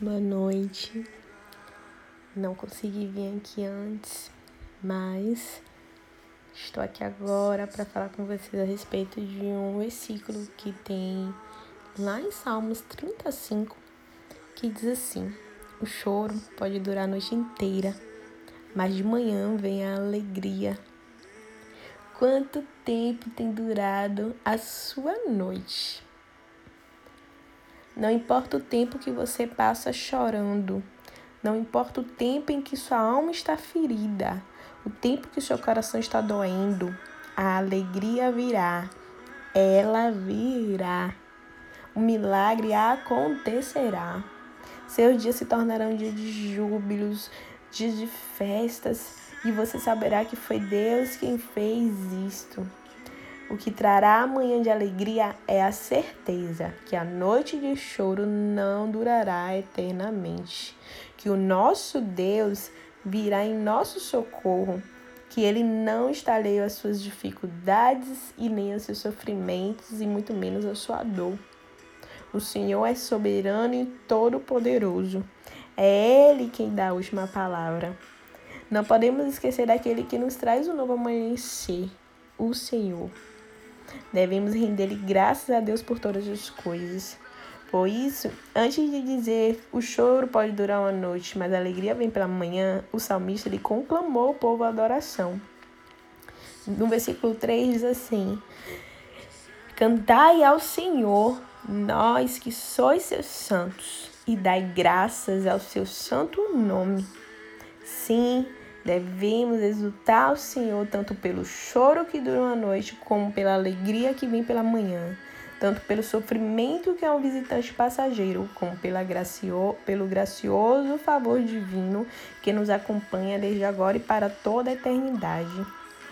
boa noite. Não consegui vir aqui antes, mas estou aqui agora para falar com vocês a respeito de um versículo que tem lá em Salmos 35, que diz assim: o choro pode durar a noite inteira, mas de manhã vem a alegria. Quanto tempo tem durado a sua noite? Não importa o tempo que você passa chorando, não importa o tempo em que sua alma está ferida, o tempo que seu coração está doendo, a alegria virá, ela virá, o milagre acontecerá. Seus dias se tornarão dias de júbilos, dias de festas, e você saberá que foi Deus quem fez isto. O que trará amanhã de alegria é a certeza que a noite de choro não durará eternamente, que o nosso Deus virá em nosso socorro, que Ele não está alheio às suas dificuldades e nem aos seus sofrimentos e muito menos à sua dor. O Senhor é soberano e todo-poderoso. É Ele quem dá a última palavra. Não podemos esquecer daquele que nos traz um novo amanhecer, o Senhor. Devemos render-lhe graças a Deus por todas as coisas. Por isso, antes de dizer o choro pode durar uma noite, mas a alegria vem pela manhã, o salmista ele conclamou o povo à adoração. No versículo 3 diz assim: cantai ao Senhor, nós que sois seus santos, e dai graças ao seu santo nome. Sim, devemos exultar ao Senhor tanto pelo choro que dura uma noite, como pela alegria que vem pela manhã, tanto pelo sofrimento que é um visitante passageiro, como pelo gracioso favor divino que nos acompanha desde agora e para toda a eternidade.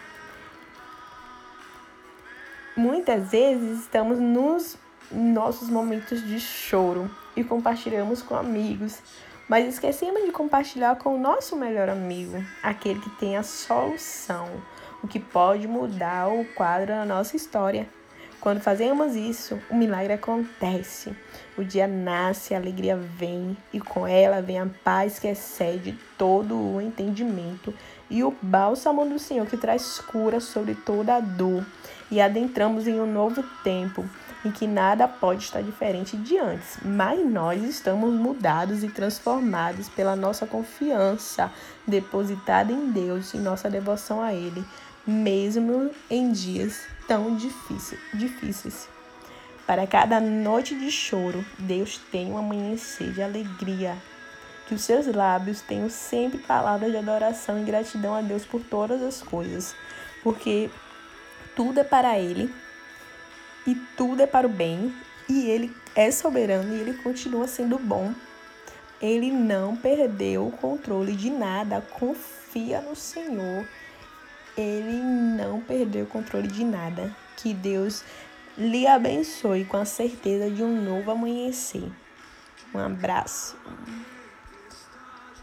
Muitas vezes estamos nos nossos momentos de choro e compartilhamos com amigos, mas esquecemos de compartilhar com o nosso melhor amigo, aquele que tem a solução, o que pode mudar o quadro da nossa história. Quando fazemos isso, o milagre acontece. O dia nasce, a alegria vem, e com ela vem a paz que excede todo o entendimento e o bálsamo do Senhor que traz cura sobre toda a dor. E adentramos em um novo tempo, em que nada pode estar diferente de antes, mas nós estamos mudados e transformados pela nossa confiança depositada em Deus e nossa devoção a Ele, mesmo em dias tão difíceis. Para cada noite de choro, Deus tem um amanhecer de alegria. Que os seus lábios tenham sempre palavras de adoração e gratidão a Deus por todas as coisas, porque tudo é para Ele e tudo é para o bem, e Ele é soberano e Ele continua sendo bom. Ele não perdeu o controle de nada, confia no Senhor. Ele não perdeu o controle de nada. Que Deus lhe abençoe com a certeza de um novo amanhecer. Um abraço.